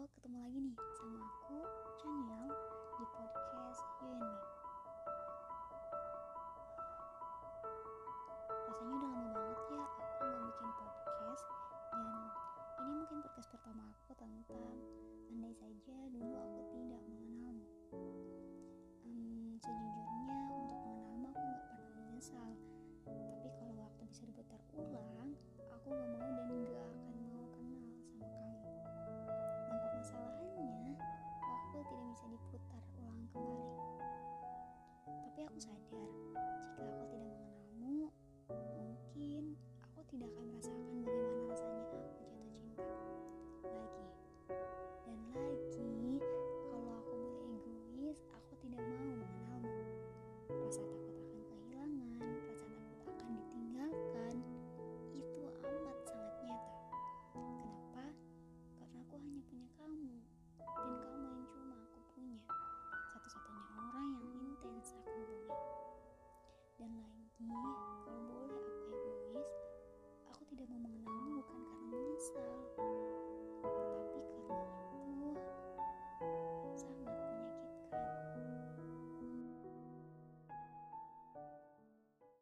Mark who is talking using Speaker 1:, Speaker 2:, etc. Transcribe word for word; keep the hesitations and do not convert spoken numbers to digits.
Speaker 1: ketemu lagi nih sama aku, Chaniel, di podcast You and Me. Rasanya udah lama banget ya aku nggak bikin podcast, dan ini mungkin podcast pertama aku tentang andai saja dulu aku tidak mengenalmu. Um, sejujurnya untuk mengenalmu aku nggak pernah menyesal, tapi kalau waktu bisa diputar ulang, aku nggak mau dan nggak akan mau kenal sama kamu. Dan permasalahannya, waktu tidak bisa diputar ulang kembali. Tapi aku sadar, jika aku tidak mengenalmu, mungkin aku tidak akan merasakan bagaimana rasanya aku jatuh cinta. Lagi dan lagi, kalau aku boleh egois, aku tidak mau mengenalmu. Rasa takut akan kehilangan, rasa takut akan ditinggalkan, itu amat sangat nyata. Kenapa? Karena aku hanya punya kamu, dan kamu